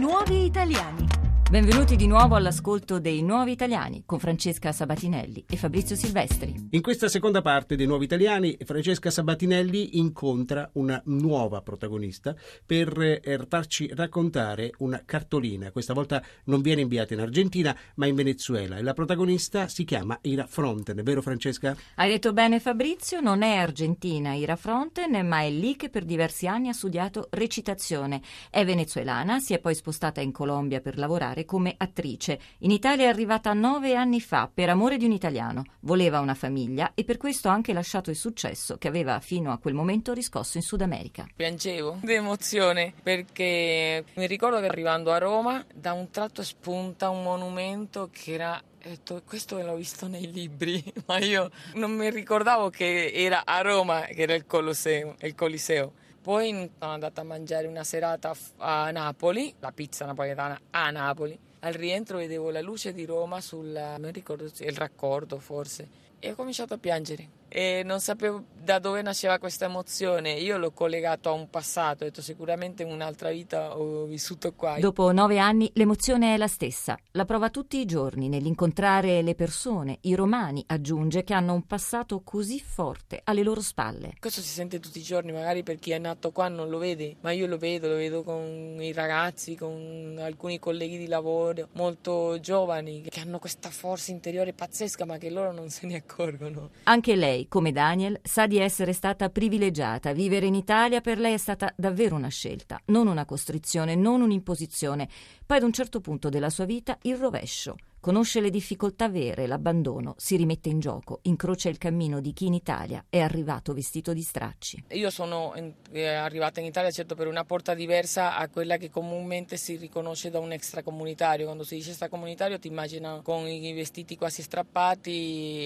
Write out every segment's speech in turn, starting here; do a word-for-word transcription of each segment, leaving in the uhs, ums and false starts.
Nuovi Italiani. Benvenuti di nuovo all'ascolto dei Nuovi Italiani con Francesca Sabatinelli e Fabrizio Silvestri. In questa seconda parte dei Nuovi Italiani, Francesca Sabatinelli incontra una nuova protagonista per eh, farci raccontare una cartolina. Questa volta non viene inviata in Argentina, ma in Venezuela. E la protagonista si chiama Ira Fronten, vero Francesca? Hai detto bene Fabrizio, non è argentina Ira Fronten, ma è lì che per diversi anni ha studiato recitazione. È venezuelana, si è poi spostata in Colombia per lavorare come attrice. In Italia è arrivata nove anni fa per amore di un italiano. Voleva una famiglia e per questo ha anche lasciato il successo che aveva fino a quel momento riscosso in Sud America. Piangevo di emozione perché mi ricordo che arrivando a Roma da un tratto spunta un monumento che era... Detto, questo l'ho visto nei libri, ma io non mi ricordavo che era a Roma, che era il Colosseo, il Coliseo. Poi sono andata a mangiare una serata a Napoli, la pizza napoletana a Napoli. Al rientro vedevo la luce di Roma sul, non ricordo, il raccordo forse, e ho cominciato a piangere. E non sapevo da dove nasceva questa emozione. Io l'ho collegato a un passato, ho detto sicuramente in un'altra vita ho vissuto qua. Dopo nove anni l'emozione è la stessa, la prova tutti i giorni nell'incontrare le persone, i romani, aggiunge, che hanno un passato così forte alle loro spalle. Questo si sente tutti i giorni, magari per chi è nato qua non lo vede, ma io lo vedo, lo vedo con i ragazzi, con alcuni colleghi di lavoro molto giovani che hanno questa forza interiore pazzesca ma che loro non se ne accorgono. Anche lei, come Daniel, sa di essere stata privilegiata. Vivere in Italia per lei è stata davvero una scelta, non una costrizione, non un'imposizione. Poi ad un certo punto della sua vita il rovescio. Conosce le difficoltà vere, l'abbandono, si rimette in gioco, incrocia il cammino di chi in Italia è arrivato vestito di stracci. Io sono arrivata in Italia certo per una porta diversa a quella che comunemente si riconosce da un extracomunitario. Quando si dice extracomunitario ti immagina con i vestiti quasi strappati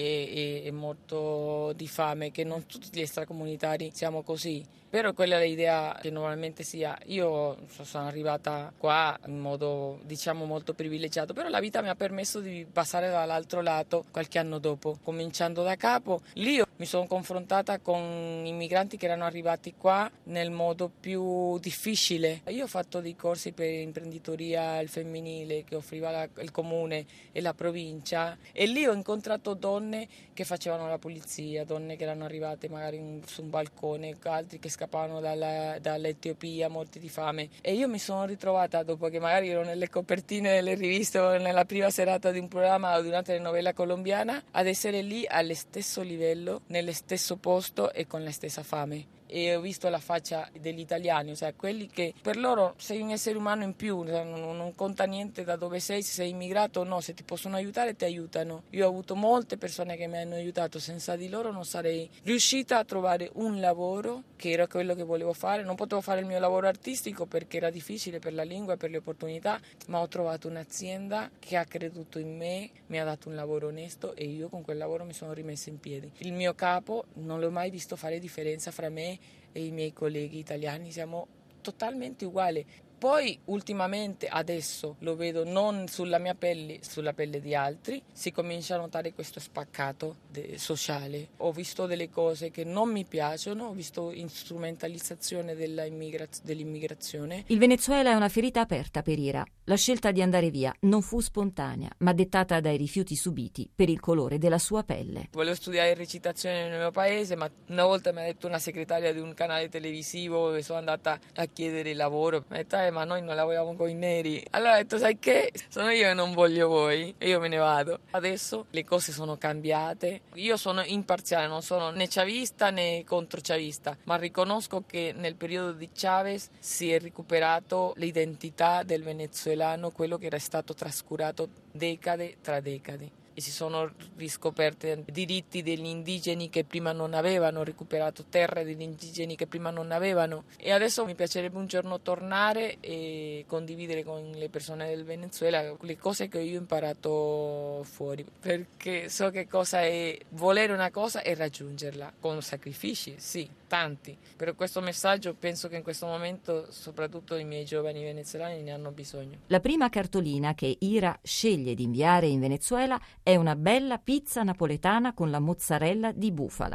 e, e, e morto di fame, che non tutti gli extracomunitari siamo così. Però quella è l'idea che normalmente sia. Io sono arrivata qua in modo diciamo molto privilegiato, però la vita mi ha permesso di passare dall'altro lato qualche anno dopo, cominciando da capo. Lì io mi sono confrontata con immigranti che erano arrivati qua nel modo più difficile. Io ho fatto dei corsi per imprenditoria al femminile che offriva la, il comune e la provincia, e lì ho incontrato donne che facevano la pulizia, donne che erano arrivate magari un, su un balcone, altri che scappavano dalla, dall'Etiopia morti di fame, e io mi sono ritrovata, dopo che magari ero nelle copertine delle riviste o nella prima serata di un programma o di una telenovela colombiana, ad essere lì allo stesso livello, nello stesso posto e con la stessa fame. E ho visto la faccia degli italiani, cioè quelli che per loro sei un essere umano in più, non, non conta niente da dove sei, se sei immigrato o no, se ti possono aiutare ti aiutano. Io ho avuto molte persone che mi hanno aiutato, senza di loro non sarei riuscita a trovare un lavoro che era quello che volevo fare. Non potevo fare il mio lavoro artistico perché era difficile per la lingua e per le opportunità, ma ho trovato un'azienda che ha creduto in me, mi ha dato un lavoro onesto e io con quel lavoro mi sono rimessa in piedi. Il mio capo non l'ho mai visto fare differenza fra me e i miei colleghi italiani, siamo totalmente uguali. Poi ultimamente adesso lo vedo non sulla mia pelle, sulla pelle di altri, si comincia a notare questo spaccato de- sociale. Ho visto delle cose che non mi piacciono, ho visto strumentalizzazione della immigraz- dell'immigrazione. Il Venezuela è una ferita aperta per Ira. La scelta di andare via non fu spontanea, ma dettata dai rifiuti subiti per il colore della sua pelle. Volevo studiare recitazione nel mio paese, ma una volta mi ha detto una segretaria di un canale televisivo e sono andata a chiedere il lavoro. Mi ha detto, eh, ma noi non lavoriamo con i neri. Allora ho detto, sai che? Sono io che non voglio voi e io me ne vado. Adesso le cose sono cambiate. Io sono imparziale, non sono né chavista né controchavista, ma riconosco che nel periodo di Chavez si è recuperato l'identità del venezuelano, quello che era stato trascurato decade tra decadi. E si sono riscoperte diritti degli indigeni che prima non avevano, recuperato terre degli indigeni che prima non avevano, e adesso mi piacerebbe un giorno tornare e condividere con le persone del Venezuela le cose che io ho imparato fuori, perché so che cosa è volere una cosa e raggiungerla con sacrifici, sì, tanti, però questo messaggio penso che in questo momento soprattutto i miei giovani venezuelani ne hanno bisogno. La prima cartolina che Ira sceglie di inviare in Venezuela è una bella pizza napoletana con la mozzarella di bufala.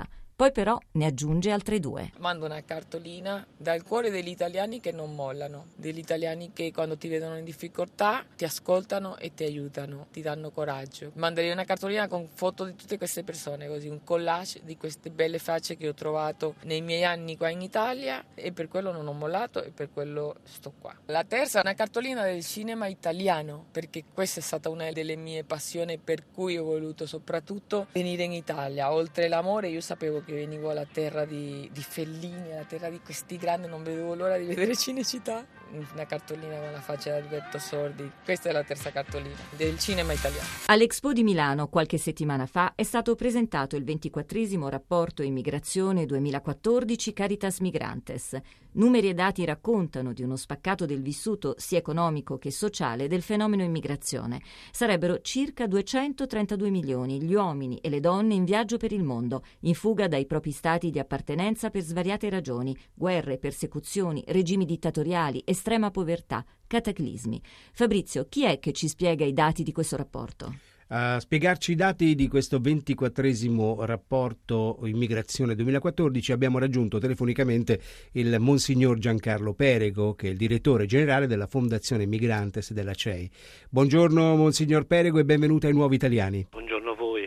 Poi però ne aggiunge altre due. Mando una cartolina dal cuore degli italiani che non mollano, degli italiani che quando ti vedono in difficoltà ti ascoltano e ti aiutano, ti danno coraggio. Manderei una cartolina con foto di tutte queste persone, così un collage di queste belle facce che ho trovato nei miei anni qua in Italia, e per quello non ho mollato e per quello sto qua. La terza è una cartolina del cinema italiano, perché questa è stata una delle mie passioni per cui ho voluto soprattutto venire in Italia. Oltre l'amore, io sapevo che venivo alla terra di, di Fellini, alla terra di questi grandi, non vedevo l'ora di vedere Cinecittà. Una cartolina con la faccia di Alberto Sordi. Questa è la terza cartolina del cinema italiano. All'Expo di Milano qualche settimana fa è stato presentato il ventiquattresimo rapporto Immigrazione duemilaquattordici Caritas Migrantes. Numeri e dati raccontano di uno spaccato del vissuto sia economico che sociale del fenomeno immigrazione. Sarebbero circa duecentotrentadue milioni gli uomini e le donne in viaggio per il mondo, in fuga dai propri stati di appartenenza per svariate ragioni: guerre, persecuzioni, regimi dittatoriali, estrema povertà, cataclismi. Fabrizio, chi è che ci spiega i dati di questo rapporto? A spiegarci i dati di questo ventiquattresimo rapporto Immigrazione duemilaquattordici abbiamo raggiunto telefonicamente il Monsignor Giancarlo Perego, che è il direttore generale della Fondazione Migrantes della C E I. Buongiorno Monsignor Perego e benvenuto ai Nuovi Italiani. Buongiorno a voi.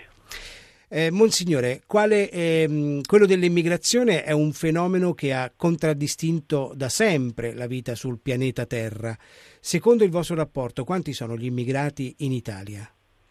Eh, Monsignore, quale, eh, quello dell'immigrazione è un fenomeno che ha contraddistinto da sempre la vita sul pianeta Terra. Secondo il vostro rapporto, quanti sono gli immigrati in Italia?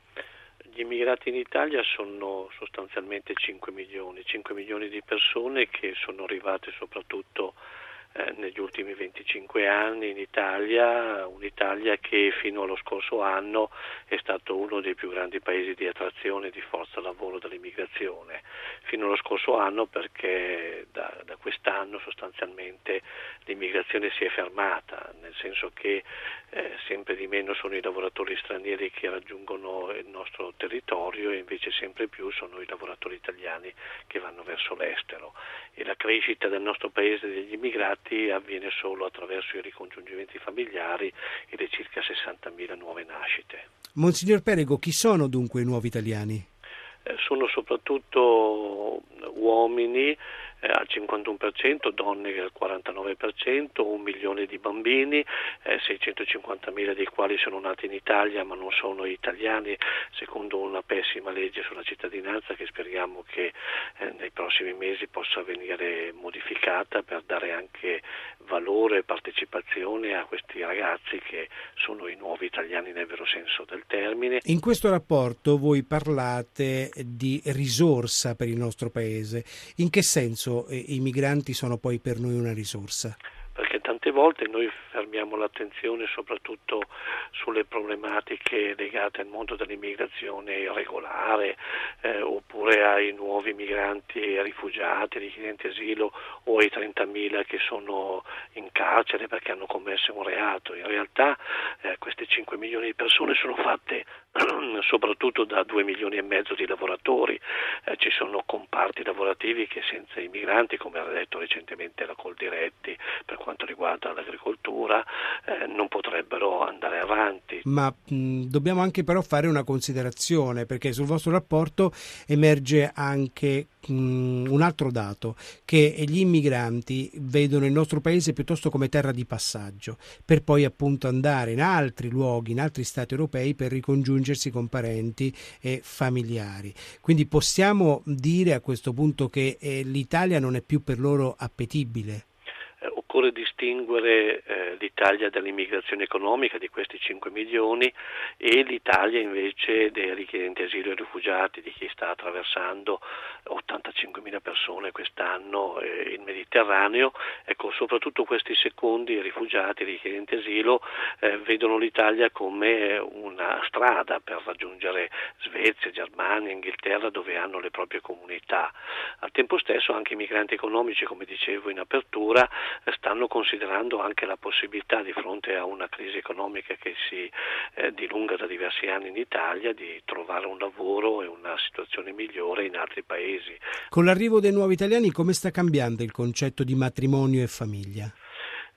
Gli immigrati in Italia sono sostanzialmente cinque milioni, cinque milioni di persone che sono arrivate soprattutto eh, negli ultimi venticinque anni in Italia, un'Italia che fino allo scorso anno è stato uno dei più grandi paesi di attrazione di forza lavoro dell'immigrazione. Fino allo scorso anno perché da, da quest'anno sostanzialmente l'immigrazione si è fermata, nel senso che eh, sempre di meno sono i lavoratori stranieri che raggiungono il nostro territorio e invece sempre più sono i lavoratori italiani che vanno verso l'estero, e la crescita del nostro paese degli immigrati avviene solo attraverso i ricongiungimenti familiari e le circa sessantamila nuove nascite. Monsignor Perego, chi sono dunque i nuovi italiani? Eh, sono soprattutto uomini eh, al cinquantuno per cento, donne al quarantanove per cento, un milione di bambini, eh, seicentocinquantamila dei quali sono nati in Italia ma non sono italiani, secondo una pessima legge sulla cittadinanza che speriamo che eh, nei prossimi mesi possa venire modificata per dare anche valore e partecipazione a questi ragazzi che sono i nuovi italiani nel vero senso del termine. In questo rapporto voi parlate di risorsa per il nostro paese. In che senso eh, i migranti sono poi per noi una risorsa? Perché tante volte noi fermiamo l'attenzione soprattutto sulle problematiche legate al mondo dell'immigrazione irregolare eh, oppure ai nuovi migranti e rifugiati, richiedenti asilo o ai trentamila che sono in carcere perché hanno commesso un reato. In realtà eh, queste cinque milioni di persone sono fatte soprattutto da due milioni e mezzo di lavoratori. Eh, ci sono comparti lavorativi che senza i migranti, come ha detto recentemente la Coldiretti per quanto riguarda l'agricoltura, eh, non potrebbero andare avanti. Ma mh, dobbiamo anche però fare una considerazione, perché sul vostro rapporto emerge anche mh, un altro dato, che gli immigranti vedono il nostro paese piuttosto come terra di passaggio, per poi appunto andare in altri luoghi, in altri stati europei per ricongiungersi con parenti e familiari. Quindi possiamo dire a questo punto che eh, l'Italia non è più per loro appetibile? Occorre distinguere eh, l'Italia dall'immigrazione economica di questi cinque milioni e l'Italia invece dei richiedenti asilo e rifugiati, di chi sta attraversando ottantacinquemila persone quest'anno eh, il Mediterraneo. Ecco, soprattutto questi secondi, rifugiati, richiedenti asilo, eh, vedono l'Italia come una strada per raggiungere Svezia, Germania, Inghilterra, dove hanno le proprie comunità. Al tempo stesso anche i migranti economici, come dicevo in apertura, stanno considerando anche la possibilità, di fronte a una crisi economica che si eh, dilunga da diversi anni in Italia, di trovare un lavoro e una situazione migliore in altri paesi. Con l'arrivo dei nuovi italiani come sta cambiando il concetto di matrimonio e famiglia?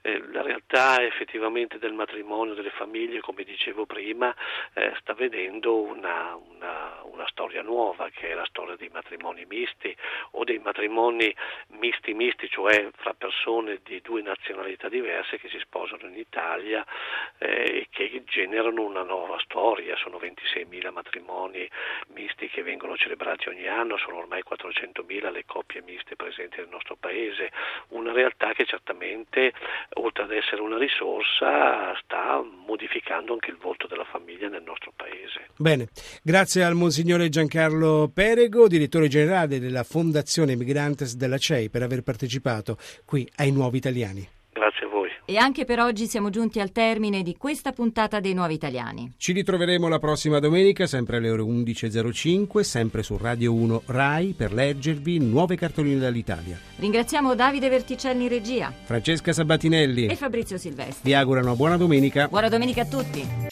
eh, la realtà effettivamente del matrimonio, delle famiglie, come dicevo prima, eh, sta vedendo una, una, una storia nuova, che è la storia dei matrimoni misti o dei matrimoni misti misti, cioè fra persone di due nazionalità diverse che si sposano in Italia e eh, che generano una nuova storia. Sono ventiseimila matrimoni misti che vengono celebrati ogni anno, sono ormai quattrocentomila le coppie miste presenti nel nostro paese, una realtà che certamente, oltre ad essere una risorsa, sta modificando anche il volto della famiglia nel nostro paese. Bene, grazie al Monsignore Giancarlo Perego, direttore generale della Fondazione Migrantes della C E I, per aver partecipato qui ai Nuovi Italiani. Grazie a voi. E anche per oggi siamo giunti al termine di questa puntata dei Nuovi Italiani. Ci ritroveremo la prossima domenica, sempre alle ore undici e zero cinque, sempre su Radio uno Rai, per leggervi nuove cartoline dall'Italia. Ringraziamo Davide Verticelli in regia, Francesca Sabatinelli e Fabrizio Silvestri. vi augurano buona domenica. Buona domenica a tutti.